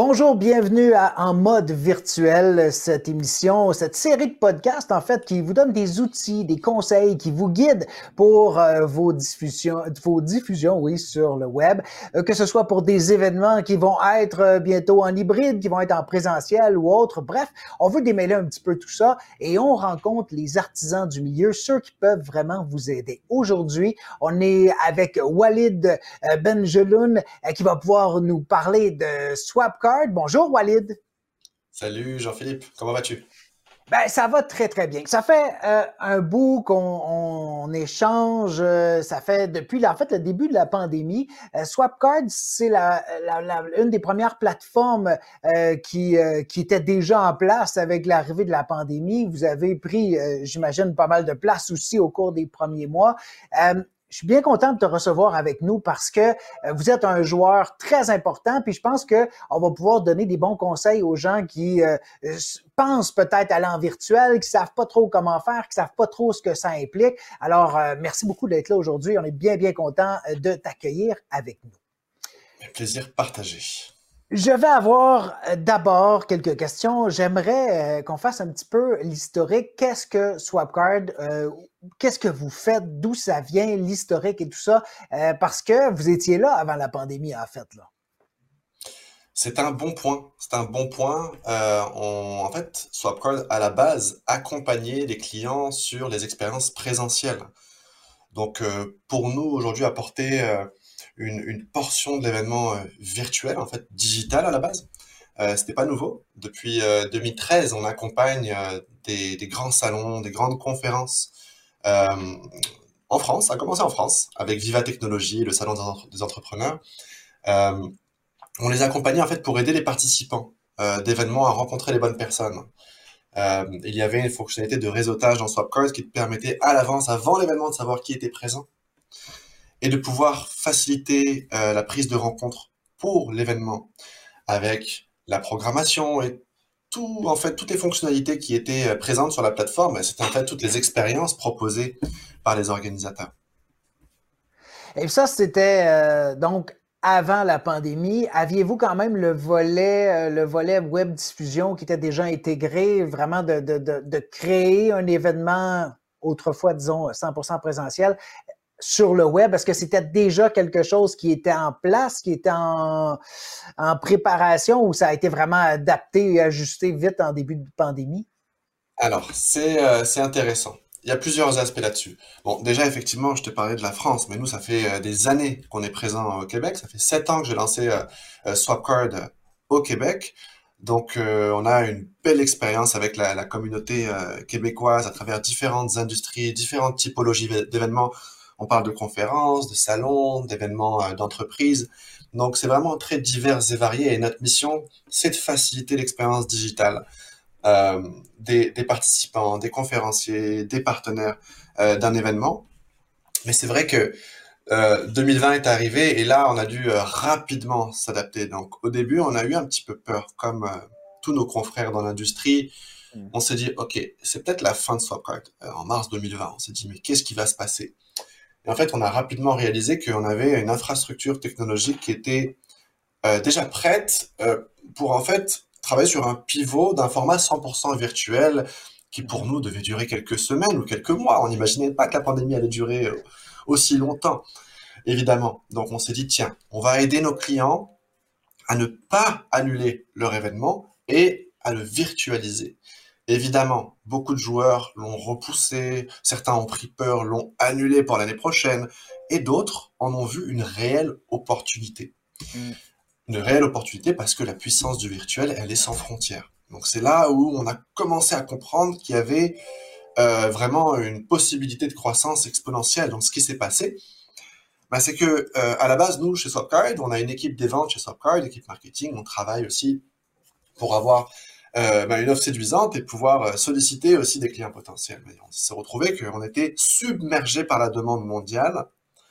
Bonjour, bienvenue à En mode virtuel, cette émission, cette série de podcasts en fait qui vous donne des outils, des conseils, qui vous guident pour vos diffusions, oui, sur le web, que ce soit pour des événements qui vont être bientôt en hybride, qui vont être en présentiel ou autre. Bref, on veut démêler un petit peu tout ça et on rencontre les artisans du milieu, ceux qui peuvent vraiment vous aider. Aujourd'hui, on est avec Walid Benjeloun qui va pouvoir nous parler de Swapcard. Bonjour Walid. Salut Jean-Philippe, comment vas-tu? Ben, ça va très très bien. Ça fait un bout qu'on échange, ça fait depuis en fait le début de la pandémie. Swapcard, c'est une des premières plateformes qui était déjà en place avec l'arrivée de la pandémie. Vous avez pris, j'imagine, pas mal de place aussi au cours des premiers mois. Je suis bien content de te recevoir avec nous parce que vous êtes un joueur très important, puis je pense que on va pouvoir donner des bons conseils aux gens qui pensent peut-être aller en virtuel, qui savent pas trop comment faire, qui savent pas trop ce que ça implique. Alors, merci beaucoup d'être là aujourd'hui. On est bien, bien content de t'accueillir avec nous. Un plaisir partagé. Je vais avoir d'abord quelques questions. J'aimerais qu'on fasse un petit peu l'historique. Qu'est-ce que Swapcard? Qu'est-ce que vous faites? D'où ça vient, l'historique et tout ça? Parce que vous étiez là avant la pandémie, en fait, là. C'est un bon point. C'est un bon point. En fait, Swapcard, à la base, accompagnait les clients sur les expériences présentielles. Donc, pour nous, aujourd'hui, apporter une portion de l'événement virtuel, en fait, digital à la base, c'était pas nouveau. Depuis 2013, on accompagne des grands salons, des grandes conférences euh, en France. Ça a commencé en France, avec Viva Technologie, le salon des entrepreneurs. Euh, on les accompagnait en fait pour aider les participants d'événements à rencontrer les bonnes personnes. Il y avait une fonctionnalité de réseautage dans Swapcard qui te permettait à l'avance, avant l'événement, de savoir qui était présent et de pouvoir faciliter la prise de rencontre pour l'événement avec la programmation et en fait, toutes les fonctionnalités qui étaient présentes sur la plateforme. C'était en fait toutes les expériences proposées par les organisateurs. Et ça, c'était donc avant la pandémie. Aviez-vous quand même le volet web diffusion qui était déjà intégré, vraiment de créer un événement autrefois, disons, 100% présentiel sur le web? Est-ce que c'était déjà quelque chose qui était en place, qui était en préparation ou ça a été vraiment adapté et ajusté vite en début de pandémie? Alors, c'est intéressant. Il y a plusieurs aspects là-dessus. Bon, déjà, effectivement, je te parlais de la France, mais nous, ça fait des années qu'on est présent au Québec. Ça fait 7 ans que j'ai lancé Swapcard au Québec. Donc, on a une belle expérience avec la communauté québécoise à travers différentes industries, différentes typologies d'événements. On parle de conférences, de salons, d'événements d'entreprises. Donc, c'est vraiment très divers et varié. Et notre mission, c'est de faciliter l'expérience digitale des participants, des conférenciers, des partenaires d'un événement. Mais c'est vrai que 2020 est arrivé et là, on a dû rapidement s'adapter. Donc, au début, on a eu un petit peu peur, comme tous nos confrères dans l'industrie. On s'est dit, OK, c'est peut-être la fin de Swapcard. En mars 2020, on s'est dit, mais qu'est-ce qui va se passer? Et en fait, on a rapidement réalisé qu'on avait une infrastructure technologique qui était déjà prête pour en fait travailler sur un pivot d'un format 100% virtuel qui pour nous devait durer quelques semaines ou quelques mois. On n'imaginait pas que la pandémie allait durer aussi longtemps, évidemment. Donc on s'est dit, tiens, on va aider nos clients à ne pas annuler leur événement et à le virtualiser. Évidemment, beaucoup de joueurs l'ont repoussé, certains ont pris peur, l'ont annulé pour l'année prochaine, et d'autres en ont vu une réelle opportunité. Mm. Une réelle opportunité parce que la puissance du virtuel, elle est sans frontières. Donc c'est là où on a commencé à comprendre qu'il y avait vraiment une possibilité de croissance exponentielle. Donc ce qui s'est passé, bah, c'est que à la base, nous, chez Swapcard, on a une équipe des ventes chez Swapcard, une équipe marketing, on travaille aussi pour avoir une offre séduisante et pouvoir solliciter aussi des clients potentiels. Mais on s'est retrouvé qu'on était submergé par la demande mondiale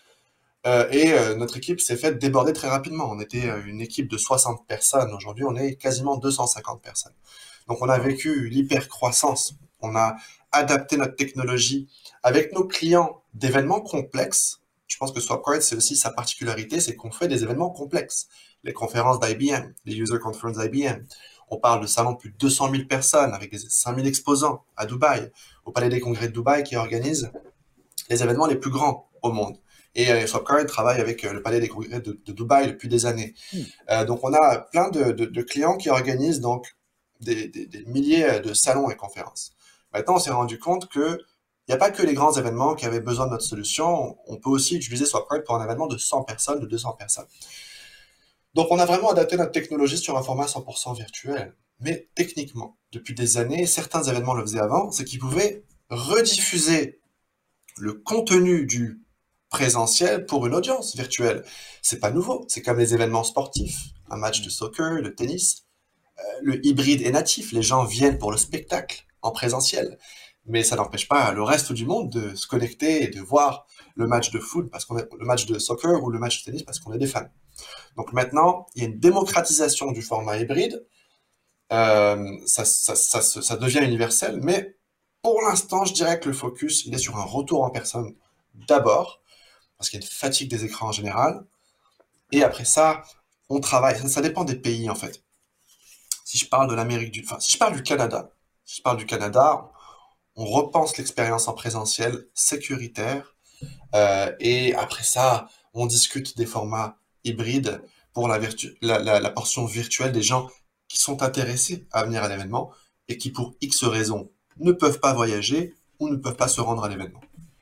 notre équipe s'est faite déborder très rapidement. On était une équipe de 60 personnes. Aujourd'hui, on est quasiment 250 personnes. Donc, on a vécu l'hypercroissance. On a adapté notre technologie avec nos clients d'événements complexes. Je pense que Swapcard, c'est aussi sa particularité, c'est qu'on fait des événements complexes. Les conférences d'IBM, les User Conference d'IBM. On parle de salons de plus de 200 000 personnes avec 5 000 exposants à Dubaï, au Palais des Congrès de Dubaï qui organise les événements les plus grands au monde. Et Swapcard travaille avec le Palais des Congrès de Dubaï depuis des années. Donc on a plein de clients qui organisent donc des milliers de salons et conférences. Maintenant, on s'est rendu compte que il n'y a pas que les grands événements qui avaient besoin de notre solution. On peut aussi utiliser Swapcard pour un événement de 100 personnes, de 200 personnes. Donc, on a vraiment adapté notre technologie sur un format 100% virtuel. Mais techniquement, depuis des années, certains événements le faisaient avant, c'est qu'ils pouvaient rediffuser le contenu du présentiel pour une audience virtuelle. C'est pas nouveau. C'est comme les événements sportifs, un match de soccer, de tennis. Le hybride est natif. Les gens viennent pour le spectacle en présentiel. Mais ça n'empêche pas le reste du monde de se connecter et de voir le match de foot parce qu'on est le match de soccer ou le match de tennis parce qu'on est des fans. Donc maintenant, il y a une démocratisation du format hybride. Ça devient universel, mais pour l'instant, je dirais que le focus, il est sur un retour en personne d'abord, parce qu'il y a une fatigue des écrans en général. Et après ça, on travaille. Ça dépend des pays, en fait. Si je parle de si je parle du Canada, on repense l'expérience en présentiel sécuritaire. Et après ça, on discute des formats hybrides pour la portion virtuelle des gens qui sont intéressés à venir à l'événement et qui, pour X raisons, ne peuvent pas voyager ou ne peuvent pas se rendre à l'événement.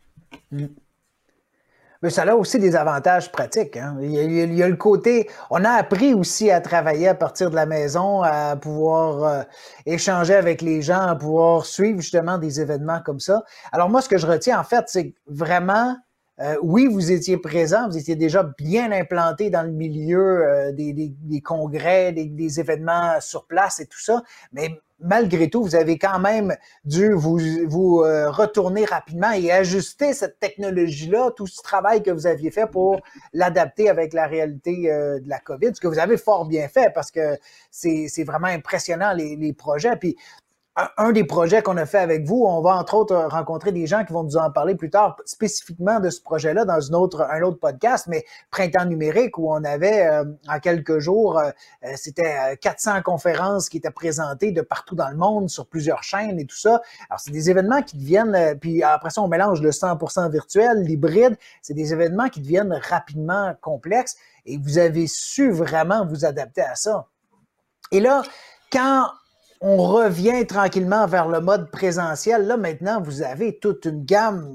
Mais ça a aussi des avantages pratiques. Hein. Il y a le côté, on a appris aussi à travailler à partir de la maison, à pouvoir échanger avec les gens, à pouvoir suivre justement des événements comme ça. Alors moi, ce que je retiens en fait, c'est vraiment, oui, vous étiez présent, vous étiez déjà bien implanté dans le milieu des congrès, des événements sur place et tout ça, mais malgré tout, vous avez quand même dû vous retourner rapidement et ajuster cette technologie-là, tout ce travail que vous aviez fait pour l'adapter avec la réalité de la COVID, ce que vous avez fort bien fait parce que c'est vraiment impressionnant les projets. Puis un des projets qu'on a fait avec vous, on va entre autres rencontrer des gens qui vont nous en parler plus tard spécifiquement de ce projet-là dans un autre podcast, mais Printemps numérique où on avait en quelques jours, c'était 400 conférences qui étaient présentées de partout dans le monde sur plusieurs chaînes et tout ça. Alors c'est des événements qui deviennent, puis après ça on mélange le 100% virtuel, l'hybride, c'est des événements qui deviennent rapidement complexes et vous avez su vraiment vous adapter à ça. Et là, quand on revient tranquillement vers le mode présentiel. Là, maintenant, vous avez toute une gamme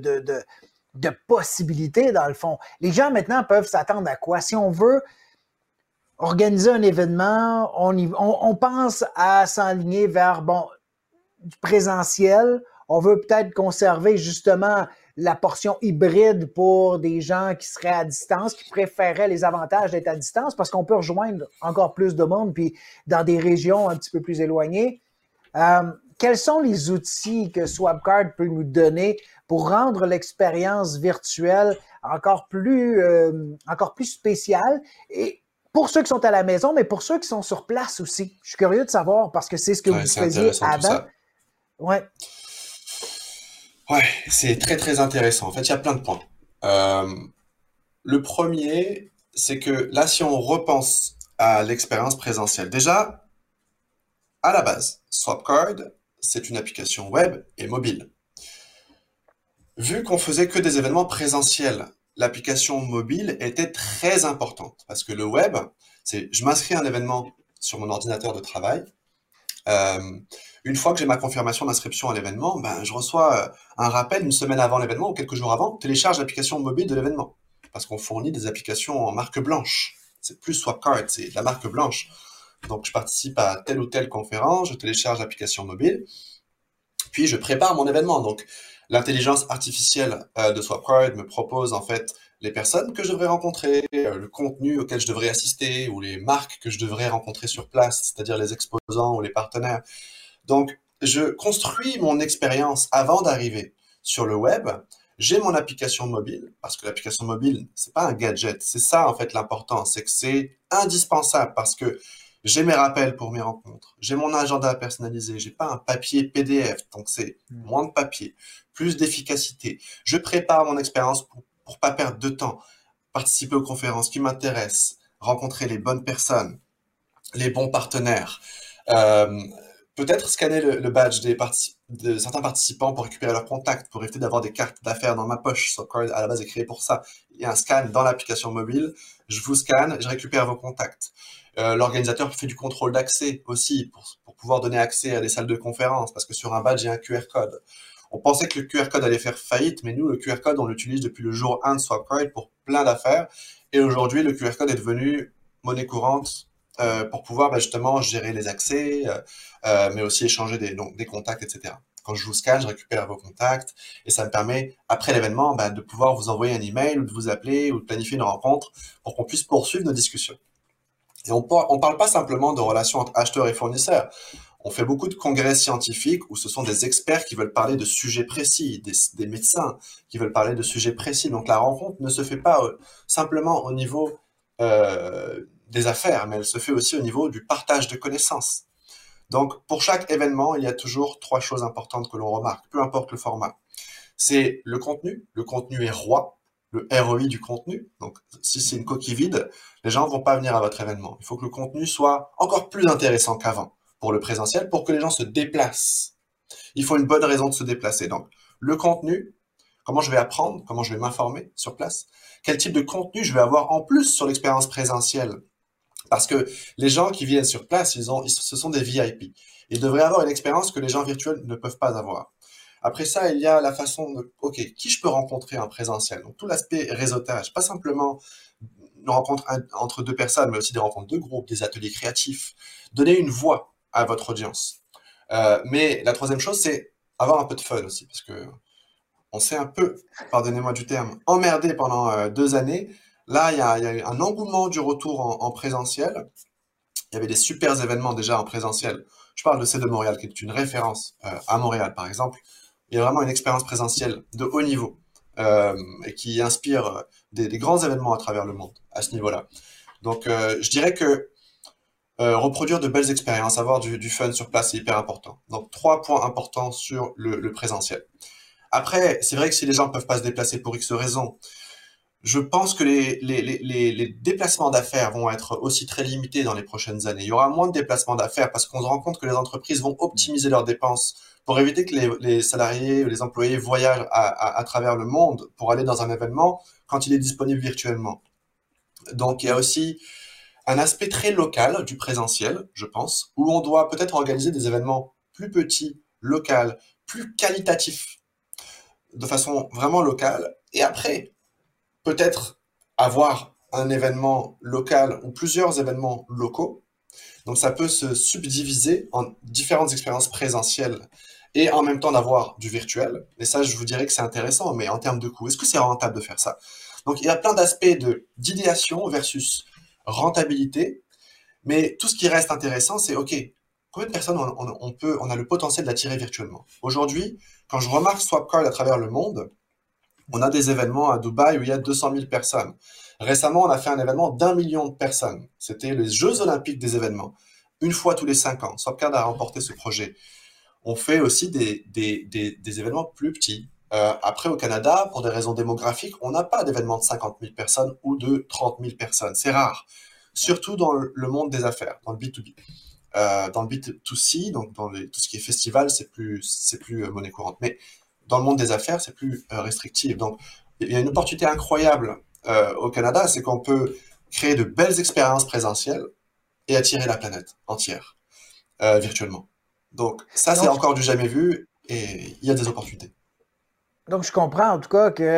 de possibilités, dans le fond. Les gens, maintenant, peuvent s'attendre à quoi? Si on veut organiser un événement, on pense à s'enligner vers, du présentiel. On veut peut-être conserver, justement, la portion hybride pour des gens qui seraient à distance, qui préféraient les avantages d'être à distance parce qu'on peut rejoindre encore plus de monde puis dans des régions un petit peu plus éloignées. Quels sont les outils que Swapcard peut nous donner pour rendre l'expérience virtuelle encore plus spéciale et pour ceux qui sont à la maison, mais pour ceux qui sont sur place aussi. Je suis curieux de savoir parce que c'est ce que vous faisiez avant. Ouais. Ouais, c'est très très intéressant. En fait, il y a plein de points. Le premier, c'est que là, si on repense à l'expérience présentielle, déjà, à la base, Swapcard, c'est une application web et mobile. Vu qu'on faisait que des événements présentiels, l'application mobile était très importante parce que le web, c'est je m'inscris à un événement sur mon ordinateur de travail. Une fois que j'ai ma confirmation d'inscription à l'événement, je reçois un rappel une semaine avant l'événement ou quelques jours avant, télécharge l'application mobile de l'événement. Parce qu'on fournit des applications en marque blanche. C'est plus Swapcard, c'est de la marque blanche. Donc je participe à telle ou telle conférence, je télécharge l'application mobile, puis je prépare mon événement. Donc l'intelligence artificielle de Swapcard me propose en fait les personnes que je devrais rencontrer, le contenu auquel je devrais assister ou les marques que je devrais rencontrer sur place, c'est-à-dire les exposants ou les partenaires. Donc, je construis mon expérience avant d'arriver sur le web. J'ai mon application mobile, parce que l'application mobile, c'est pas un gadget. C'est ça, en fait, l'important. C'est que c'est indispensable parce que j'ai mes rappels pour mes rencontres. J'ai mon agenda personnalisé. J'ai pas un papier PDF. Donc, c'est moins de papier, plus d'efficacité. Je prépare mon expérience pour pas perdre de temps, participer aux conférences qui m'intéressent, rencontrer les bonnes personnes, les bons partenaires, euh, peut-être scanner le badge de certains participants pour récupérer leurs contacts, pour éviter d'avoir des cartes d'affaires dans ma poche. Swapcard, à la base, est créé pour ça. Il y a un scan dans l'application mobile. Je vous scanne, je récupère vos contacts. L'organisateur fait du contrôle d'accès aussi pour pouvoir donner accès à des salles de conférence, parce que sur un badge, il y a un QR code. On pensait que le QR code allait faire faillite, mais nous, le QR code, on l'utilise depuis le jour 1 de Swapcard pour plein d'affaires. Et aujourd'hui, le QR code est devenu monnaie courante pour pouvoir justement gérer les accès, mais aussi échanger donc, des contacts, etc. Quand je vous scanne, je récupère vos contacts et ça me permet, après l'événement, de pouvoir vous envoyer un email ou de vous appeler ou de planifier une rencontre pour qu'on puisse poursuivre nos discussions. Et on parle pas simplement de relations entre acheteurs et fournisseurs. On fait beaucoup de congrès scientifiques où ce sont des experts qui veulent parler de sujets précis, des médecins qui veulent parler de sujets précis. Donc la rencontre ne se fait pas simplement au niveau des affaires, mais elle se fait aussi au niveau du partage de connaissances. Donc pour chaque événement, il y a toujours 3 choses importantes que l'on remarque, peu importe le format. C'est le contenu. Le contenu est roi. Le ROI du contenu. Donc, si c'est une coquille vide, les gens vont pas venir à votre événement. Il faut que le contenu soit encore plus intéressant qu'avant pour le présentiel, pour que les gens se déplacent. Il faut une bonne raison de se déplacer. Donc, le contenu, comment je vais apprendre, comment je vais m'informer sur place, quel type de contenu je vais avoir en plus sur l'expérience présentielle. Parce que les gens qui viennent sur place, ce sont des VIP. Ils devraient avoir une expérience que les gens virtuels ne peuvent pas avoir. Après ça, il y a la façon de, OK, qui je peux rencontrer en présentiel? Donc, tout l'aspect réseautage, pas simplement une rencontre entre 2 personnes, mais aussi des rencontres de groupe, des ateliers créatifs. Donner une voix à votre audience. Mais la troisième chose, c'est avoir un peu de fun aussi, parce que on s'est un peu, pardonnez-moi du terme, emmerdé pendant 2 années. Là, il y a eu un engouement du retour en présentiel. Il y avait des super événements déjà en présentiel. Je parle de C2 Montréal, qui est une référence à Montréal, par exemple. Il y a vraiment une expérience présentielle de haut niveau et qui inspire des grands événements à travers le monde à ce niveau-là. Donc, je dirais que reproduire de belles expériences, avoir du fun sur place, c'est hyper important. Donc, 3 points importants sur le présentiel. Après, c'est vrai que si les gens ne peuvent pas se déplacer pour X raisons, je pense que les déplacements d'affaires vont être aussi très limités dans les prochaines années. Il y aura moins de déplacements d'affaires parce qu'on se rend compte que les entreprises vont optimiser leurs dépenses pour éviter que les salariés ou les employés voyagent à travers le monde pour aller dans un événement quand il est disponible virtuellement. Donc, il y a aussi un aspect très local du présentiel, je pense, où on doit peut-être organiser des événements plus petits, locaux, plus qualitatifs, de façon vraiment locale. Et après, peut-être avoir un événement local ou plusieurs événements locaux. Donc ça peut se subdiviser en différentes expériences présentielles et en même temps d'avoir du virtuel. Et ça, je vous dirais que c'est intéressant, mais en termes de coût, est-ce que c'est rentable de faire ça? Donc il y a plein d'aspects d'idéation versus rentabilité, mais tout ce qui reste intéressant, c'est OK, combien de personnes on a le potentiel d'attirer virtuellement? Aujourd'hui, quand je remarque Swapcard à travers le monde, on a des événements à Dubaï où il y a 200 000 personnes. Récemment, on a fait un événement d'1 million de personnes. C'était les Jeux Olympiques des événements. Une fois tous les 5 ans. Swapcard a remporté ce projet. On fait aussi des événements plus petits. Après, au Canada, pour des raisons démographiques, on n'a pas d'événements de 50 000 personnes ou de 30 000 personnes. C'est rare. Surtout dans le monde des affaires, dans le B2B. Dans le B2C, donc tout ce qui est festival, c'est plus monnaie courante. Mais dans le monde des affaires, c'est plus restrictif. Donc, il y a une opportunité incroyable au Canada, c'est qu'on peut créer de belles expériences présentielles et attirer la planète entière virtuellement. Donc, ça, c'est Donc, encore du jamais vu et il y a des opportunités. donc, je comprends en tout cas que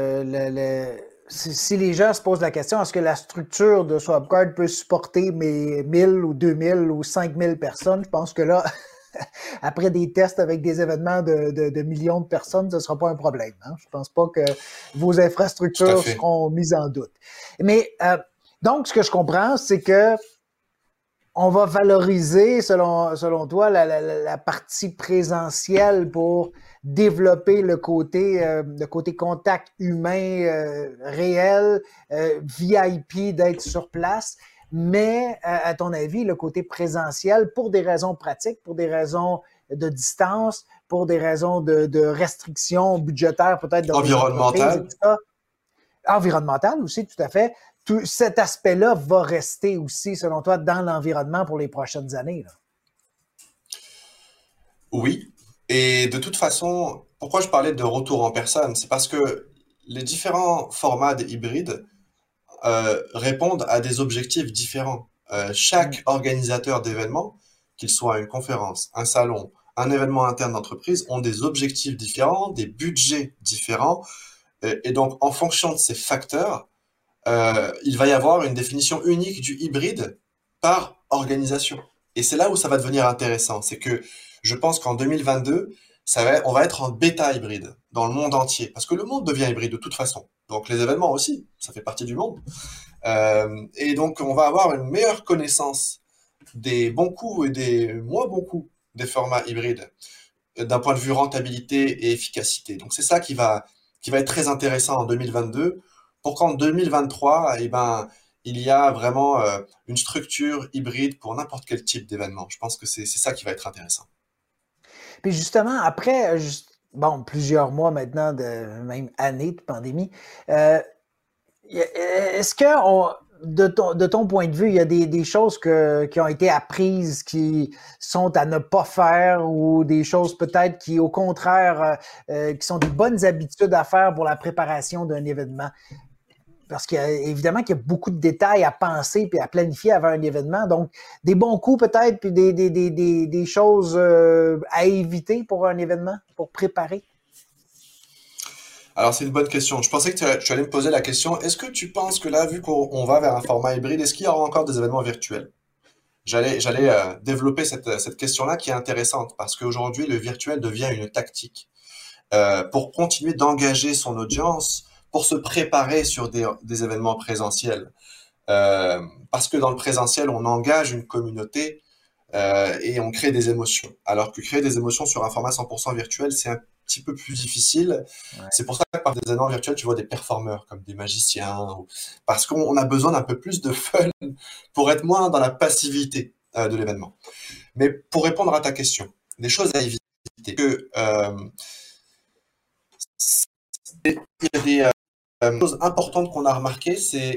si les gens se posent la question, est-ce que la structure de Swapcard peut supporter mes 1000 ou 2000 ou 5000 personnes? Je pense que là, après des tests avec des événements de millions de personnes, ce ne sera pas un problème. Hein? Je ne pense pas que vos Tout à infrastructures fait. seront mises en doute. Mais donc, ce que je comprends, c'est que on va valoriser, selon toi, la partie présentielle pour développer le côté contact humain réel, VIP d'être sur place. Mais, à ton avis, le côté présentiel, pour des raisons pratiques, pour des raisons de distance, pour des raisons de restrictions budgétaires peut-être dans les entreprises et Environnemental, tout ça, Environnemental aussi, tout à fait. Tout cet aspect-là va rester aussi, selon toi, dans l'environnement pour les prochaines années, là. Oui, et de toute façon, pourquoi je parlais de retour en personne? C'est parce que les différents formats des hybrides répondent à des objectifs différents. Mm. Chaque organisateur d'événements, qu'il soit une conférence, un salon, un événement interne d'entreprise, ont des objectifs différents, des budgets différents, et donc en fonction de ces facteurs, il va y avoir une définition unique du hybride par organisation. Et c'est là où ça va devenir intéressant. C'est que je pense qu'en 2022, on va être en bêta hybride dans le monde entier. Parce que le monde devient hybride de toute façon. Donc les événements aussi, ça fait partie du monde. Et donc on va avoir une meilleure connaissance des bons coups et des moins bons coups des formats hybrides d'un point de vue rentabilité et efficacité. Donc c'est ça qui va être très intéressant en 2022 pour qu'en 2023, eh ben, il y a vraiment une structure hybride pour n'importe quel type d'événement. Je pense que c'est ça qui va être intéressant. Puis justement, après, bon, plusieurs mois maintenant, même années de pandémie, euh, est-ce que de ton point de vue, il y a des choses qui ont été apprises qui sont à ne pas faire ou des choses peut-être qui, au contraire, qui sont des bonnes habitudes à faire pour la préparation d'un événement? Parce qu'évidemment qu'il y a beaucoup de détails à penser puis à planifier avant un événement. Donc, des bons coups peut-être, puis des choses à éviter pour un événement, pour préparer. Alors c'est une bonne question. Je pensais que tu allais me poser la question, est-ce que tu penses que là, vu qu'on va vers un format hybride, est-ce qu'il y aura encore des événements virtuels? J'allais développer cette question-là qui est intéressante parce qu'aujourd'hui, le virtuel devient une tactique. Pour continuer d'engager son audience, pour se préparer sur des événements présentiels. Parce que dans le présentiel, on engage une communauté et on crée des émotions. Alors que créer des émotions sur un format 100% virtuel, c'est un petit peu plus difficile. Ouais. C'est pour ça que par des événements virtuels, tu vois des performeurs comme des magiciens, parce qu'on a besoin d'un peu plus de fun pour être moins dans la passivité de l'événement. Mais pour répondre à ta question, des choses à éviter, que il y a des choses importantes qu'on a remarquées, c'est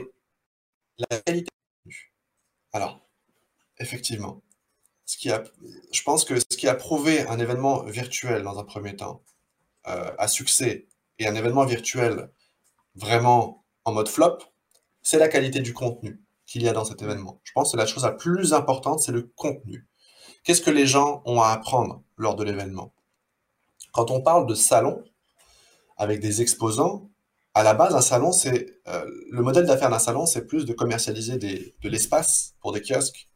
la qualité du contenu. Alors, effectivement, ce qui a, je pense que ce qui a prouvé un événement virtuel dans un premier temps à succès et un événement virtuel vraiment en mode flop, c'est la qualité du contenu qu'il y a dans cet événement. Je pense que la chose la plus importante, c'est le contenu. Qu'est-ce que les gens ont à apprendre lors de l'événement? Quand on parle de salon avec des exposants, à la base, un salon, c'est le modèle d'affaires d'un salon, c'est plus de commercialiser de l'espace pour des kiosques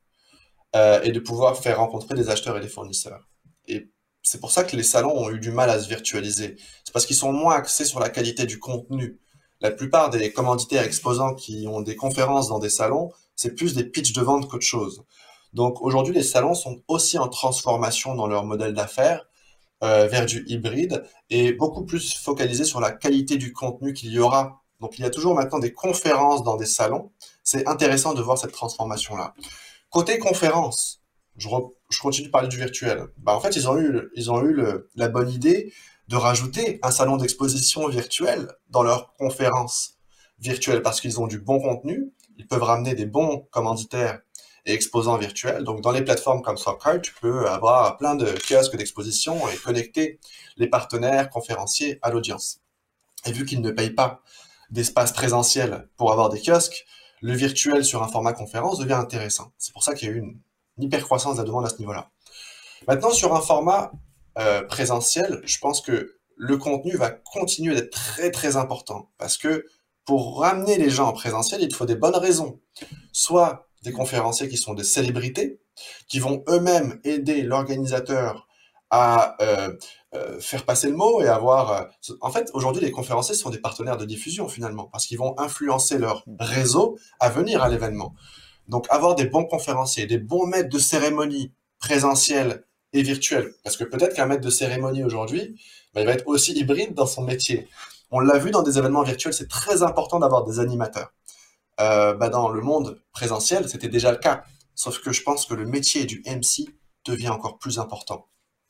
et de pouvoir faire rencontrer des acheteurs et des fournisseurs. Et c'est pour ça que les salons ont eu du mal à se virtualiser. C'est parce qu'ils sont moins axés sur la qualité du contenu. La plupart des commanditaires exposants qui ont des conférences dans des salons, c'est plus des pitchs de vente qu'autre chose. Donc aujourd'hui, les salons sont aussi en transformation dans leur modèle d'affaires vers du hybride et beaucoup plus focalisés sur la qualité du contenu qu'il y aura. Donc il y a toujours maintenant des conférences dans des salons. C'est intéressant de voir cette transformation-là. Côté conférence, je continue de parler du virtuel. Bah, en fait, ils ont eu la bonne idée de rajouter un salon d'exposition virtuel dans leur conférence virtuelle parce qu'ils ont du bon contenu, ils peuvent ramener des bons commanditaires et exposants virtuels. Donc, dans les plateformes comme Swapcard, tu peux avoir plein de kiosques d'exposition et connecter les partenaires conférenciers à l'audience. Et vu qu'ils ne payent pas d'espace présentiel pour avoir des kiosques, le virtuel sur un format conférence devient intéressant. C'est pour ça qu'il y a eu une hyper-croissance de la demande à ce niveau-là. Maintenant, sur un format présentiel, je pense que le contenu va continuer d'être très très important parce que pour ramener les gens en présentiel, il faut des bonnes raisons. Soit des conférenciers qui sont des célébrités, qui vont eux-mêmes aider l'organisateur à faire passer le mot et avoir... En fait, aujourd'hui, les conférenciers sont des partenaires de diffusion finalement, parce qu'ils vont influencer leur réseau à venir à l'événement. Donc, avoir des bons conférenciers, des bons maîtres de cérémonie présentiels et virtuels, parce que peut-être qu'un maître de cérémonie aujourd'hui, bah, il va être aussi hybride dans son métier. On l'a vu dans des événements virtuels, c'est très important d'avoir des animateurs. Bah, dans le monde présentiel, c'était déjà le cas. Sauf que je pense que le métier du MC devient encore plus important.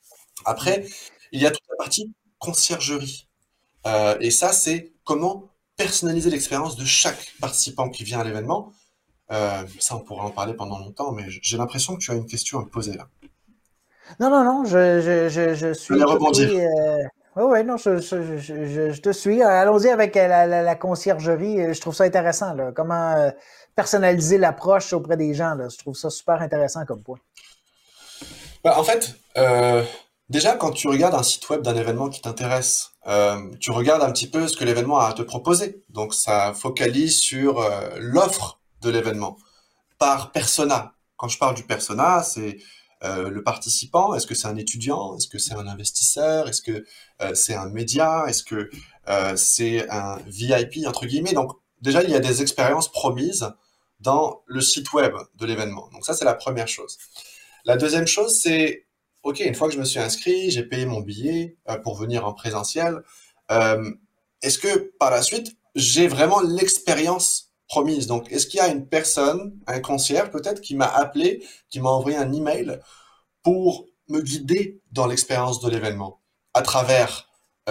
Après, il y a toute la partie conciergerie. Et ça, c'est comment personnaliser l'expérience de chaque participant qui vient à l'événement. Ça, on pourrait en parler pendant longtemps, mais j'ai l'impression que tu as une question à me poser là. Non, non, non, je Allez suis tout rebondir. oui. Oui, oui, non, je te suis. Allons-y avec la conciergerie. Je trouve ça intéressant, là. Comment personnaliser l'approche auprès des gens, là. Je trouve ça super intéressant comme point. Bah, en fait, déjà, quand tu regardes un site web d'un événement qui t'intéresse, tu regardes un petit peu ce que l'événement a à te proposer. Donc, ça focalise sur l'offre de l'événement par persona. Quand je parle du persona, c'est le participant. Est-ce que c'est un étudiant? Est-ce que c'est un investisseur? Est-ce que c'est un média? Est-ce que c'est un VIP, entre guillemets? Donc, déjà, il y a des expériences promises dans le site web de l'événement. Donc, ça, c'est la première chose. La deuxième chose, c'est, OK, une fois que je me suis inscrit, j'ai payé mon billet pour venir en présentiel, euh, est-ce que par la suite, j'ai vraiment l'expérience promise? Donc, est-ce qu'il y a une personne, un concierge peut-être, qui m'a appelé, qui m'a envoyé un email pour me guider dans l'expérience de l'événement à travers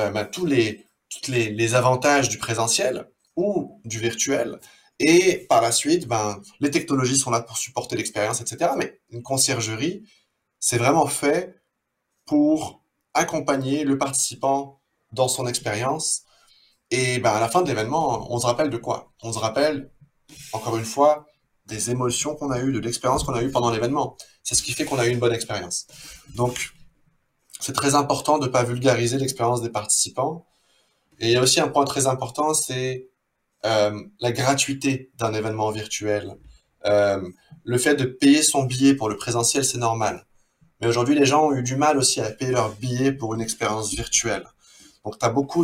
tous les avantages du présentiel ou du virtuel. Et par la suite, ben, les technologies sont là pour supporter l'expérience, etc. Mais une conciergerie, c'est vraiment fait pour accompagner le participant dans son expérience. Et ben, à la fin de l'événement, on se rappelle de quoi? On se rappelle, encore une fois, des émotions qu'on a eues, de l'expérience qu'on a eue pendant l'événement. C'est ce qui fait qu'on a eu une bonne expérience. Donc, c'est très important de ne pas vulgariser l'expérience des participants. Et il y a aussi un point très important, c'est la gratuité d'un événement virtuel. Euh, le fait de payer son billet pour le présentiel, c'est normal. Mais aujourd'hui, les gens ont eu du mal aussi à payer leur billet pour une expérience virtuelle. Donc, tu as beaucoup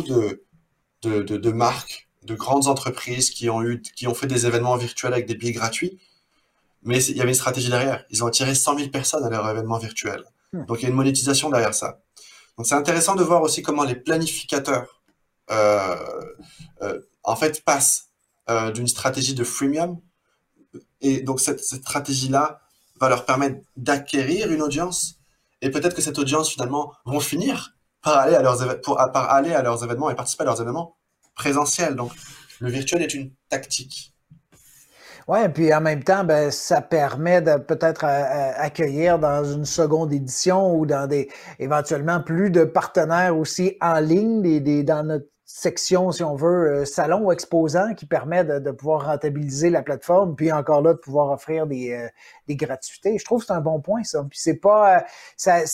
de marques, de grandes entreprises qui ont fait des événements virtuels avec des billets gratuits, mais il y avait une stratégie derrière. Ils ont attiré 100 000 personnes à leur événement virtuel. Hmm. Donc, il y a une monétisation derrière ça. Donc, c'est intéressant de voir aussi comment les planificateurs, euh, en fait, passent d'une stratégie de freemium. Et donc, cette stratégie-là va leur permettre d'acquérir une audience. Et peut-être que cette audience, finalement, vont finir par aller à par aller à leurs événements et participer à leurs événements présentiels. Donc, le virtuel est une tactique. Ouais, puis en même temps, ben, ça permet de peut-être accueillir dans une seconde édition ou dans des éventuellement plus de partenaires aussi en ligne, dans notre section, si on veut, salon ou exposant, qui permet de pouvoir rentabiliser la plateforme, puis encore là, de pouvoir offrir des gratuités. Je trouve que c'est un bon point, ça. Puis c'est pas ça,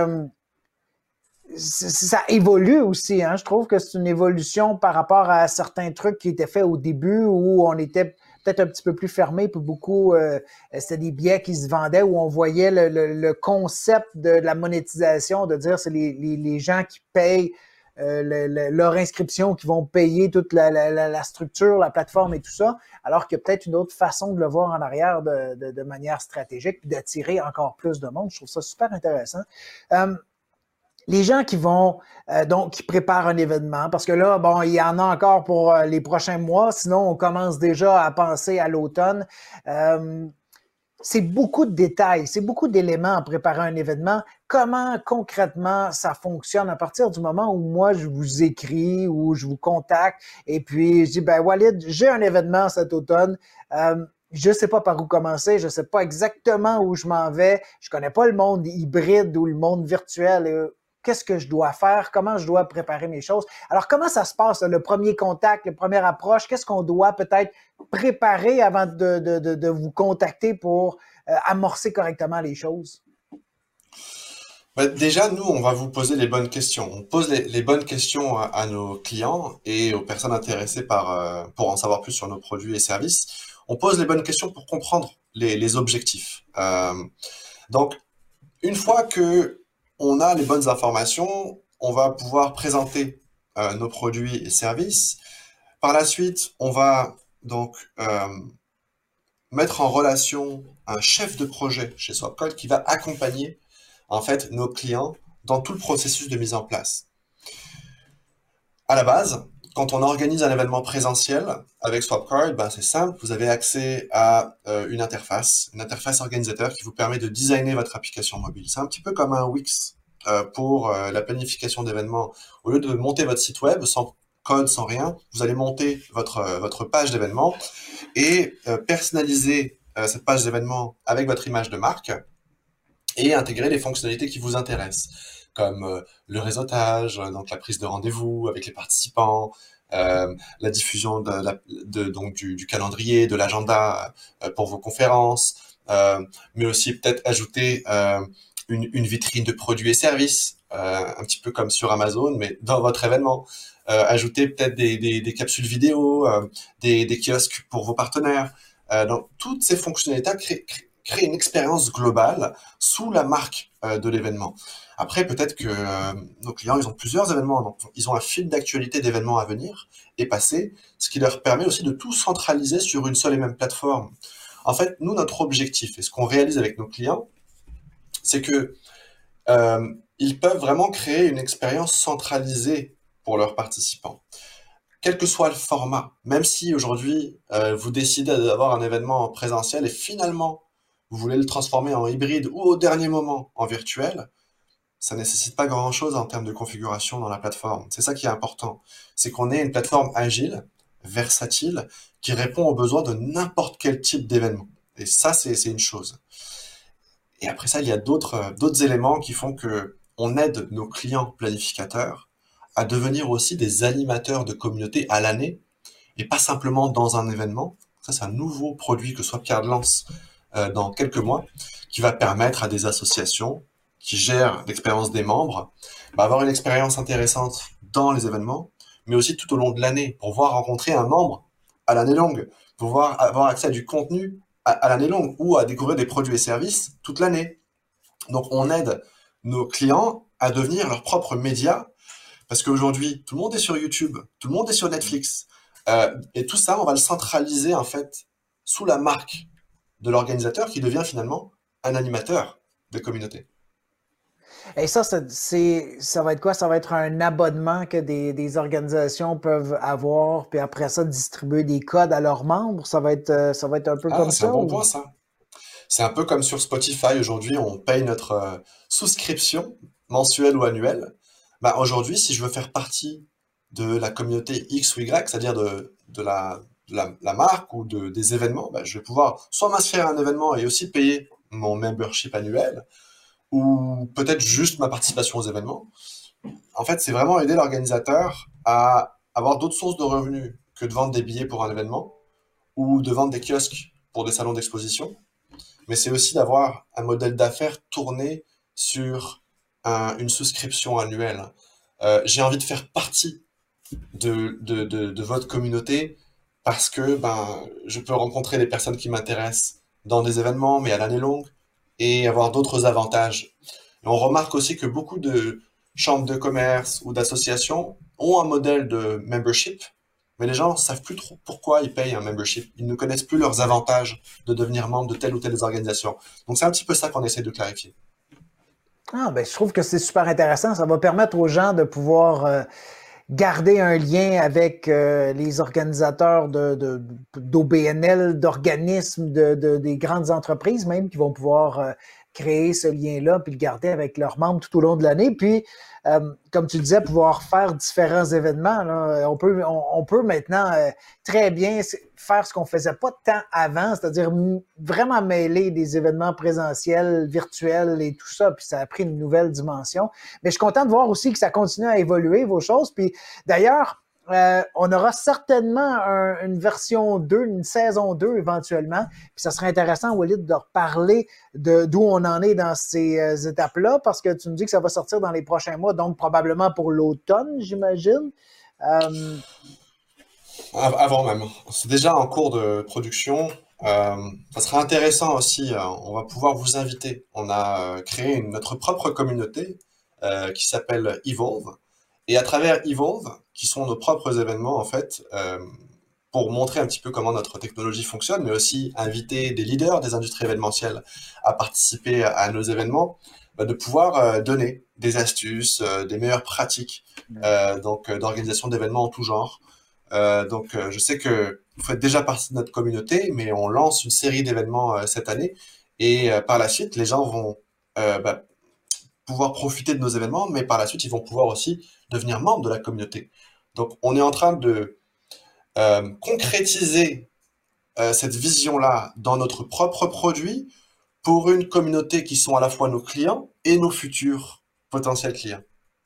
ça évolue aussi, hein. Je trouve que c'est une évolution par rapport à certains trucs qui étaient faits au début où on était peut-être un petit peu plus fermé, puis beaucoup, c'était des billets qui se vendaient où on voyait le concept de la monétisation, de dire c'est les gens qui payent leur inscription, qui vont payer toute la structure, la plateforme et tout ça, alors qu'il y a peut-être une autre façon de le voir en arrière de manière stratégique, puis d'attirer encore plus de monde. Je trouve ça super intéressant. Les gens qui vont donc qui préparent un événement, parce que là, bon, il y en a encore pour les prochains mois, sinon on commence déjà à penser à l'automne. Euh, c'est beaucoup de détails, c'est beaucoup d'éléments en préparant un événement. Comment concrètement ça fonctionne à partir du moment où moi je vous écris ou je vous contacte et puis je dis ben Walid, j'ai un événement cet automne. Je ne sais pas par où commencer, je ne sais pas exactement où je m'en vais, je connais pas le monde hybride ou le monde virtuel. Qu'est-ce que je dois faire, comment je dois préparer mes choses. Alors, comment ça se passe, là, le premier contact, la première approche? Qu'est-ce qu'on doit peut-être préparer avant de vous contacter pour amorcer correctement les choses? Bah, déjà, nous, on va vous poser les bonnes questions. On pose les bonnes questions à nos clients et aux personnes intéressées pour en savoir plus sur nos produits et services. On pose les bonnes questions pour comprendre les objectifs. Donc, une fois que on a les bonnes informations, on va pouvoir présenter nos produits et services. Par la suite, on va donc mettre en relation un chef de projet chez Swapcode qui va accompagner en fait nos clients dans tout le processus de mise en place. À la base, quand on organise un événement présentiel avec Swapcard, ben c'est simple, vous avez accès à une interface organisateur qui vous permet de designer votre application mobile. C'est un petit peu comme un Wix pour la planification d'événements. Au lieu de monter votre site web sans code, sans rien, vous allez monter votre page d'événement et personnaliser cette page d'événement avec votre image de marque et intégrer les fonctionnalités qui vous intéressent, comme le réseautage, donc la prise de rendez-vous avec les participants, la diffusion donc du calendrier, de l'agenda pour vos conférences, mais aussi peut-être ajouter une vitrine de produits et services, un petit peu comme sur Amazon, mais dans votre événement. Ajouter peut-être des capsules vidéo, des kiosques pour vos partenaires. Donc, toutes ces fonctionnalités créent une expérience globale sous la marque de l'événement. Après, peut-être que nos clients, ils ont plusieurs événements, donc ils ont un fil d'actualité d'événements à venir et passer, ce qui leur permet aussi de tout centraliser sur une seule et même plateforme. En fait, nous, notre objectif et ce qu'on réalise avec nos clients, c'est que ils peuvent vraiment créer une expérience centralisée pour leurs participants, quel que soit le format. Même si aujourd'hui, vous décidez d'avoir un événement présentiel et finalement, vous voulez le transformer en hybride ou au dernier moment en virtuel, ça nécessite pas grand-chose en termes de configuration dans la plateforme. C'est ça qui est important. C'est qu'on ait une plateforme agile, versatile, qui répond aux besoins de n'importe quel type d'événement. Et ça, c'est une chose. Et après ça, il y a d'autres éléments qui font que on aide nos clients planificateurs à devenir aussi des animateurs de communauté à l'année et pas simplement dans un événement. Ça, c'est un nouveau produit que Swapcard lance dans quelques mois qui va permettre à des associations qui gèrent l'expérience des membres avoir une expérience intéressante dans les événements, mais aussi tout au long de l'année pour pouvoir rencontrer un membre à l'année longue, pouvoir avoir accès à du contenu à l'année longue ou à découvrir des produits et services toute l'année. Donc, on aide nos clients à devenir leurs propres médias parce qu'aujourd'hui, tout le monde est sur YouTube, tout le monde est sur Netflix. Et tout ça, on va le centraliser en fait sous la marque de l'organisateur qui devient finalement un animateur de communauté. Et ça va être quoi? Ça va être un abonnement que des organisations peuvent avoir, puis après ça, distribuer des codes à leurs membres. Ça va être un peu Ah, comme c'est un ça bon ou? point ça. C'est un peu comme sur Spotify aujourd'hui, on paye notre souscription mensuelle ou annuelle. Bah, aujourd'hui, si je veux faire partie de la communauté X ou Y, c'est-à-dire de la marque ou des événements, bah, je vais pouvoir soit m'inscrire à un événement et aussi payer mon membership annuel, ou peut-être juste ma participation aux événements. En fait, c'est vraiment aider l'organisateur à avoir d'autres sources de revenus que de vendre des billets pour un événement ou de vendre des kiosques pour des salons d'exposition, mais c'est aussi d'avoir un modèle d'affaires tourné sur une souscription annuelle. J'ai envie de faire partie de votre communauté parce que je peux rencontrer des personnes qui m'intéressent dans des événements, mais à l'année longue, et avoir d'autres avantages. Et on remarque aussi que beaucoup de chambres de commerce ou d'associations ont un modèle de membership, mais les gens ne savent plus trop pourquoi ils payent un membership. Ils ne connaissent plus leurs avantages de devenir membre de telle ou telle organisation. Donc c'est un petit peu ça qu'on essaie de clarifier. Ah, ben, je trouve que c'est super intéressant. Ça va permettre aux gens de pouvoir garder un lien avec les organisateurs d'OBNL, d'organismes, des grandes entreprises même qui vont pouvoir créer ce lien-là puis le garder avec leurs membres tout au long de l'année. Puis, comme tu disais, pouvoir faire différents événements. Là. On peut maintenant très bien faire ce qu'on faisait pas tant avant, c'est-à-dire vraiment mêler des événements présentiels, virtuels et tout ça. Puis ça a pris une nouvelle dimension. Mais je suis content de voir aussi que ça continue à évoluer, vos choses. Puis d'ailleurs, on aura certainement une version 2, une saison 2 éventuellement. Puis ça serait intéressant, Walid, de reparler d'où on en est dans ces étapes-là, parce que tu me dis que ça va sortir dans les prochains mois, donc probablement pour l'automne, j'imagine. Euh, Avant même. C'est déjà en cours de production. Ça sera intéressant aussi. On va pouvoir vous inviter. On a créé notre propre communauté qui s'appelle Evolve. Et à travers Evolve, qui sont nos propres événements en fait, pour montrer un petit peu comment notre technologie fonctionne, mais aussi inviter des leaders des industries événementielles à participer à nos événements, de pouvoir donner des astuces, des meilleures pratiques donc d'organisation d'événements en tout genre. Je sais que vous faites déjà partie de notre communauté, mais on lance une série d'événements cette année et par la suite, les gens vont bah, pouvoir profiter de nos événements, mais par la suite, ils vont pouvoir aussi devenir membres de la communauté. Donc, on est en train de concrétiser cette vision-là dans notre propre produit pour une communauté qui sont à la fois nos clients et nos futurs potentiels clients.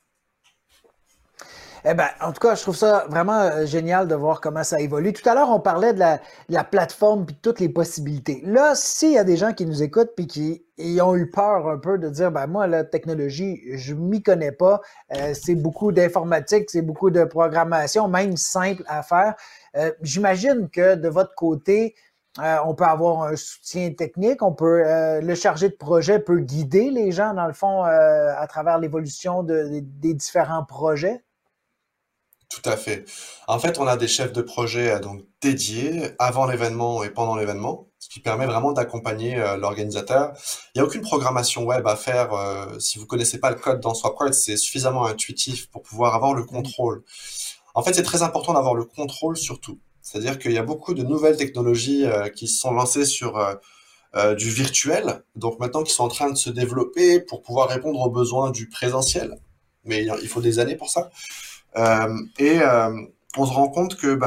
Eh ben, en tout cas, je trouve ça vraiment génial de voir comment ça évolue. Tout à l'heure, on parlait de la plateforme puis de toutes les possibilités. Là, s'il y a des gens qui nous écoutent puis qui ont eu peur un peu de dire, ben moi, la technologie, je m'y connais pas. C'est beaucoup d'informatique, c'est beaucoup de programmation, même simple à faire. J'imagine que de votre côté, on peut avoir un soutien technique, on peut le chargé de projet peut guider les gens, dans le fond, à travers l'évolution des différents projets. Tout à fait. En fait, on a des chefs de projet donc dédiés avant l'événement et pendant l'événement, ce qui permet vraiment d'accompagner l'organisateur. Il n'y a aucune programmation web à faire. Si vous connaissez pas le code dans SwapCard, c'est suffisamment intuitif pour pouvoir avoir le contrôle. En fait, c'est très important d'avoir le contrôle sur tout. C'est-à-dire qu'il y a beaucoup de nouvelles technologies qui se sont lancées sur du virtuel, donc maintenant qui sont en train de se développer pour pouvoir répondre aux besoins du présentiel. Mais il faut des années pour ça. Et on se rend compte que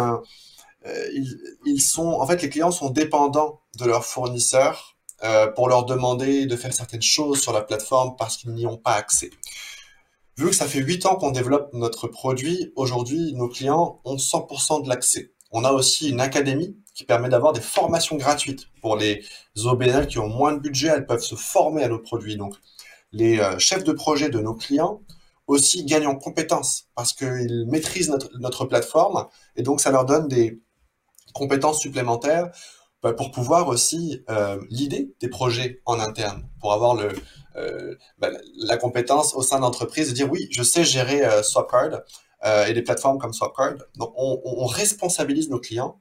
ils sont en fait les clients sont dépendants de leurs fournisseurs pour leur demander de faire certaines choses sur la plateforme parce qu'ils n'y ont pas accès. Vu que ça fait 8 ans qu'on développe notre produit, aujourd'hui nos clients ont 100% de l'accès. On a aussi une académie qui permet d'avoir des formations gratuites pour les OBNL qui ont moins de budget, elles peuvent se former à nos produits. Donc les chefs de projet de nos clients aussi gagnent en compétences parce qu'ils maîtrisent notre plateforme et donc ça leur donne des compétences supplémentaires pour pouvoir aussi leader des projets en interne, pour avoir la compétence au sein de l'entreprise de dire oui, je sais gérer SwapCard et des plateformes comme SwapCard. Donc on responsabilise nos clients.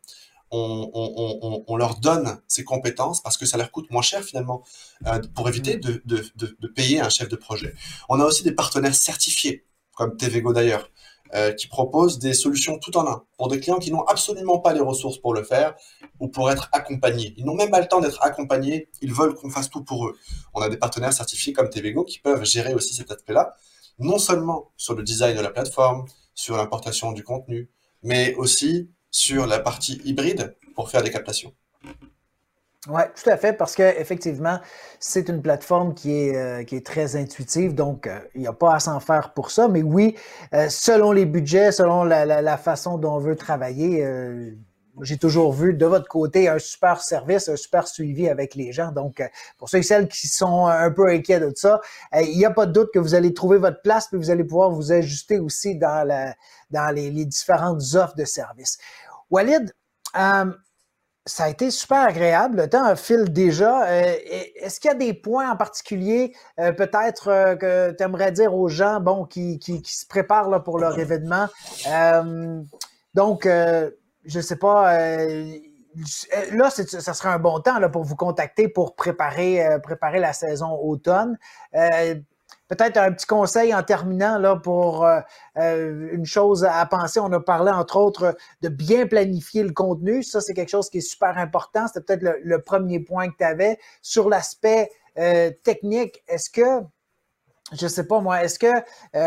On leur donne ces compétences parce que ça leur coûte moins cher finalement pour éviter de payer un chef de projet. On a aussi des partenaires certifiés, comme TVgo d'ailleurs, qui proposent des solutions tout en un pour des clients qui n'ont absolument pas les ressources pour le faire ou pour être accompagnés. Ils n'ont même pas le temps d'être accompagnés, ils veulent qu'on fasse tout pour eux. On a des partenaires certifiés comme TVgo qui peuvent gérer aussi cet aspect-là, non seulement sur le design de la plateforme, sur l'importation du contenu, mais aussi sur la partie hybride pour faire des captations. Oui, tout à fait, parce que effectivement, c'est une plateforme qui est très intuitive, donc il n'y a pas à s'en faire pour ça. Mais oui, selon les budgets, selon la façon dont on veut travailler, j'ai toujours vu de votre côté un super service, un super suivi avec les gens. Donc, pour ceux et celles qui sont un peu inquiets de ça, il n'y a pas de doute que vous allez trouver votre place, puis vous allez pouvoir vous ajuster aussi dans les différentes offres de services. Walid, ça a été super agréable. Le temps file déjà. Est-ce qu'il y a des points en particulier, peut-être que tu aimerais dire aux gens, bon, qui se préparent là, pour leur événement? Donc, je sais pas. Là, ça serait un bon temps là, pour vous contacter pour préparer la saison automne. Peut-être un petit conseil en terminant là pour une chose à penser. On a parlé entre autres de bien planifier le contenu. Ça, c'est quelque chose qui est super important. C'était peut-être le premier point que tu avais. Sur l'aspect technique, est-ce que je sais pas moi, est-ce que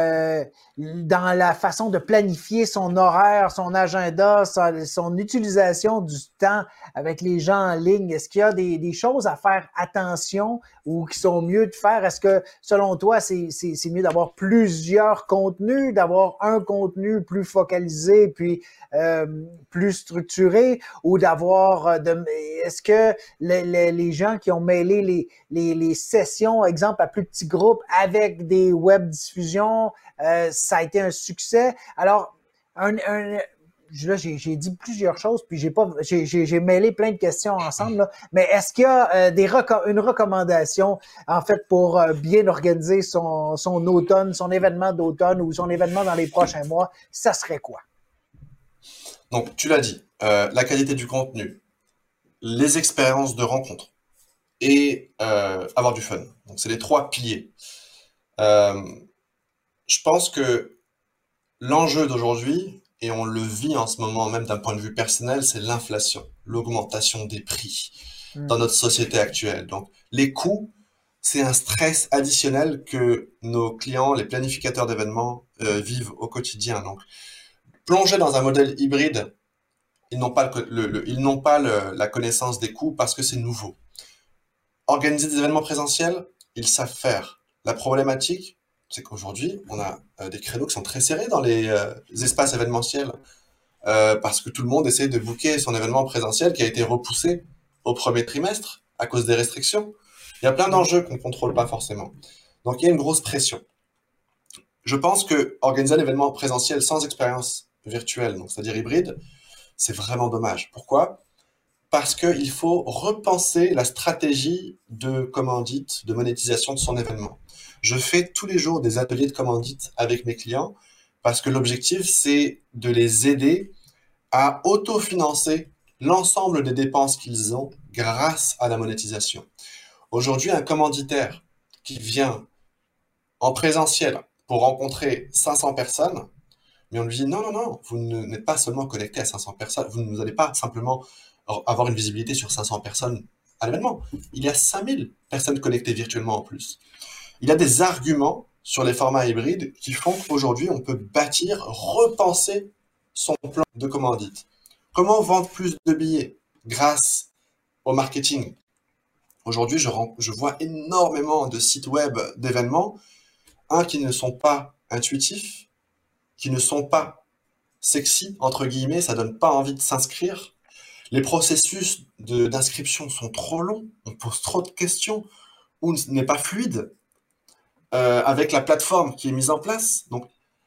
dans la façon de planifier son horaire, son agenda, son utilisation du temps avec les gens en ligne, est-ce qu'il y a des choses à faire attention ou qui sont mieux de faire? Est-ce que selon toi, c'est mieux d'avoir plusieurs contenus, d'avoir un contenu plus focalisé puis plus structuré ou d'avoir est-ce que les gens qui ont mêlé les sessions, exemple à plus petits groupes avec des web diffusions, ça a été un succès. Alors, là, j'ai dit plusieurs choses, puis j'ai mêlé plein de questions ensemble, là. Mais est-ce qu'il y a une recommandation, en fait, pour bien organiser son automne, son événement d'automne ou son événement dans les prochains mois? Ça serait quoi? Donc, tu l'as dit, la qualité du contenu, les expériences de rencontre et avoir du fun. Donc, c'est les 3 piliers. Je pense que l'enjeu d'aujourd'hui, et on le vit en ce moment même d'un point de vue personnel, c'est l'inflation, l'augmentation des prix dans notre société actuelle. Donc, les coûts, c'est un stress additionnel que nos clients, les planificateurs d'événements, vivent au quotidien. Donc, Plongés dans un modèle hybride, ils n'ont pas, ils n'ont pas la connaissance des coûts parce que c'est nouveau. Organiser des événements présentiels, ils savent faire. La problématique, c'est qu'aujourd'hui, on a des créneaux qui sont très serrés dans les espaces événementiels parce que tout le monde essaie de booker son événement présentiel qui a été repoussé au premier trimestre à cause des restrictions. Il y a plein d'enjeux qu'on ne contrôle pas forcément. Donc il y a une grosse pression. Je pense que organiser un événement présentiel sans expérience virtuelle, donc c'est-à-dire hybride, c'est vraiment dommage. Pourquoi? Parce qu'il faut repenser la stratégie de commandite, de monétisation de son événement. Je fais tous les jours des ateliers de commandite avec mes clients parce que l'objectif, c'est de les aider à autofinancer l'ensemble des dépenses qu'ils ont grâce à la monétisation. Aujourd'hui, un commanditaire qui vient en présentiel pour rencontrer 500 personnes, mais on lui dit non, non, non, vous n'êtes pas seulement connecté à 500 personnes, vous n'allez pas simplement avoir une visibilité sur 500 personnes à l'événement. Il y a 5000 personnes connectées virtuellement en plus. Il y a des arguments sur les formats hybrides qui font qu'aujourd'hui, on peut bâtir, repenser son plan de commandite. Comment vendre plus de billets grâce au marketing? Aujourd'hui, je vois énormément de sites web d'événements, qui ne sont pas intuitifs, qui ne sont pas sexy, entre guillemets, ça donne pas envie de s'inscrire. Les processus d'inscription sont trop longs, on pose trop de questions, ou n'est pas fluide avec la plateforme qui est mise en place. Donc,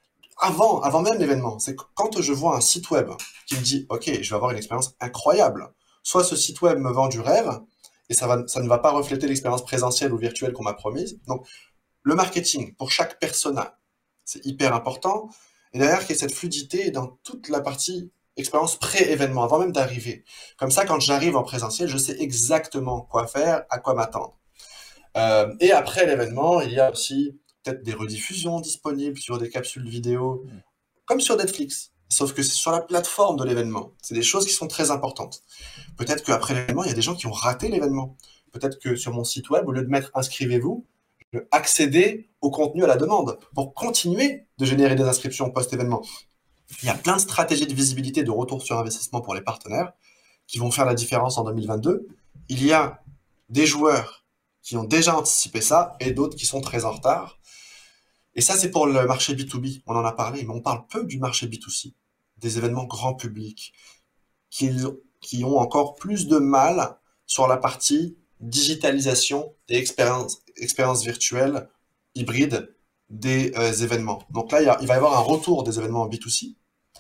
avant même l'événement, c'est quand je vois un site web qui me dit « Ok, je vais avoir une expérience incroyable », soit ce site web me vend du rêve, et ça ne va pas refléter l'expérience présentielle ou virtuelle qu'on m'a promise. Donc, le marketing pour chaque persona, c'est hyper important. Et derrière, qu'il y ait cette fluidité dans toute la partie expérience pré-événement, avant même d'arriver. Comme ça, quand j'arrive en présentiel, je sais exactement quoi faire, à quoi m'attendre. Et après l'événement, il y a aussi peut-être des rediffusions disponibles sur des capsules vidéo, comme sur Netflix. Sauf que c'est sur la plateforme de l'événement. C'est des choses qui sont très importantes. Peut-être qu'après l'événement, il y a des gens qui ont raté l'événement. Peut-être que sur mon site web, au lieu de mettre inscrivez-vous, je peux accéder au contenu à la demande pour continuer de générer des inscriptions post-événement. Il y a plein de stratégies de visibilité, de retour sur investissement pour les partenaires qui vont faire la différence en 2022. Il y a des joueurs qui ont déjà anticipé ça et d'autres qui sont très en retard. Et ça, c'est pour le marché B2B. On en a parlé, mais on parle peu du marché B2C, des événements grand public qui ont encore plus de mal sur la partie digitalisation et expérience virtuelle hybride des événements. Donc là, il va y avoir un retour des événements B2C,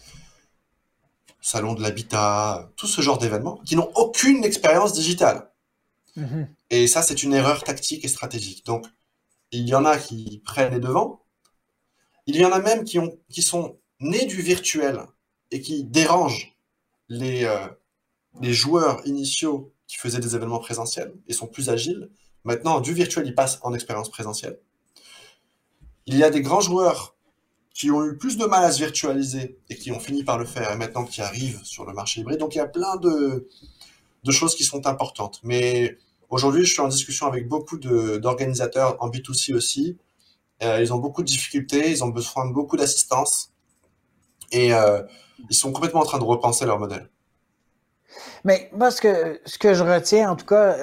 salon de l'habitat, tout ce genre d'événements qui n'ont aucune expérience digitale. Mm-hmm. Et ça, c'est une erreur tactique et stratégique. Donc, il y en a qui prennent les devants. Il y en a même qui sont nés du virtuel et qui dérangent les joueurs initiaux qui faisaient des événements présentiels et sont plus agiles. Maintenant, du virtuel, ils passent en expérience présentielle. Il y a des grands joueurs qui ont eu plus de mal à se virtualiser et qui ont fini par le faire et maintenant qui arrivent sur le marché hybride. Donc, il y a plein de choses qui sont importantes. Mais aujourd'hui, je suis en discussion avec beaucoup d'organisateurs en B2C aussi. Ils ont beaucoup de difficultés, ils ont besoin de beaucoup d'assistance et ils sont complètement en train de repenser leur modèle. Mais moi, ce que je retiens, en tout cas,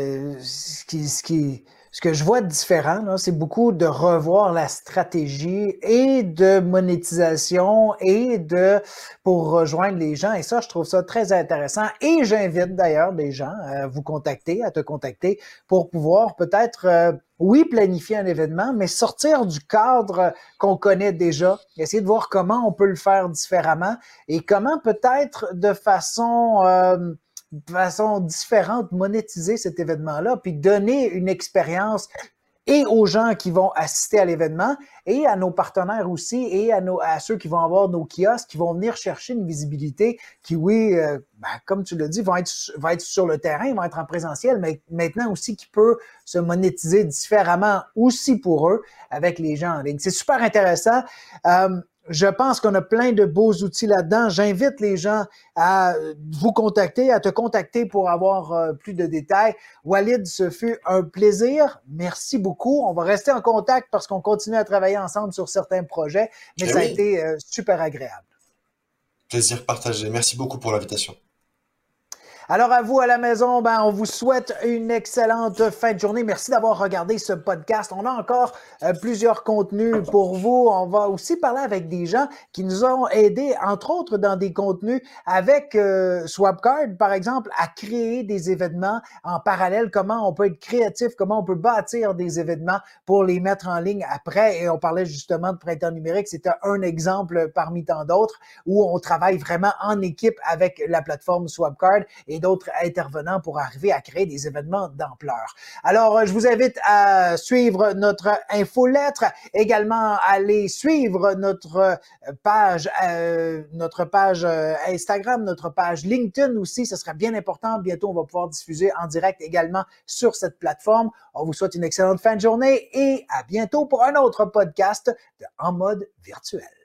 ce que je vois de différent, là, c'est beaucoup de revoir la stratégie et de monétisation pour rejoindre les gens. Et ça, je trouve ça très intéressant. Et j'invite d'ailleurs les gens à te contacter pour pouvoir peut-être, oui, planifier un événement, mais sortir du cadre qu'on connaît déjà, essayer de voir comment on peut le faire différemment et comment peut-être de façon différente monétiser cet événement-là, puis donner une expérience et aux gens qui vont assister à l'événement et à nos partenaires aussi et à ceux qui vont avoir nos kiosques, qui vont venir chercher une visibilité qui, oui, comme tu l'as dit, vont être sur le terrain, vont être en présentiel, mais maintenant aussi qui peut se monétiser différemment aussi pour eux avec les gens en ligne. C'est super intéressant. Je pense qu'on a plein de beaux outils là-dedans. J'invite les gens à te contacter pour avoir plus de détails. Walid, ce fut un plaisir. Merci beaucoup. On va rester en contact parce qu'on continue à travailler ensemble sur certains projets, mais ça a été super agréable. Plaisir partagé. Merci beaucoup pour l'invitation. Alors à vous à la maison, on vous souhaite une excellente fin de journée. Merci d'avoir regardé ce podcast. On a encore plusieurs contenus pour vous. On va aussi parler avec des gens qui nous ont aidés, entre autres dans des contenus avec Swapcard, par exemple, à créer des événements en parallèle. Comment on peut être créatif, comment on peut bâtir des événements pour les mettre en ligne après. Et on parlait justement de printemps numérique. C'était un exemple parmi tant d'autres où on travaille vraiment en équipe avec la plateforme Swapcard et d'autres intervenants pour arriver à créer des événements d'ampleur. Alors, je vous invite à suivre notre infolettre, également aller suivre notre page Instagram, notre page LinkedIn aussi, ce serait bien important. Bientôt, on va pouvoir diffuser en direct également sur cette plateforme. On vous souhaite une excellente fin de journée et à bientôt pour un autre podcast de En mode virtuel.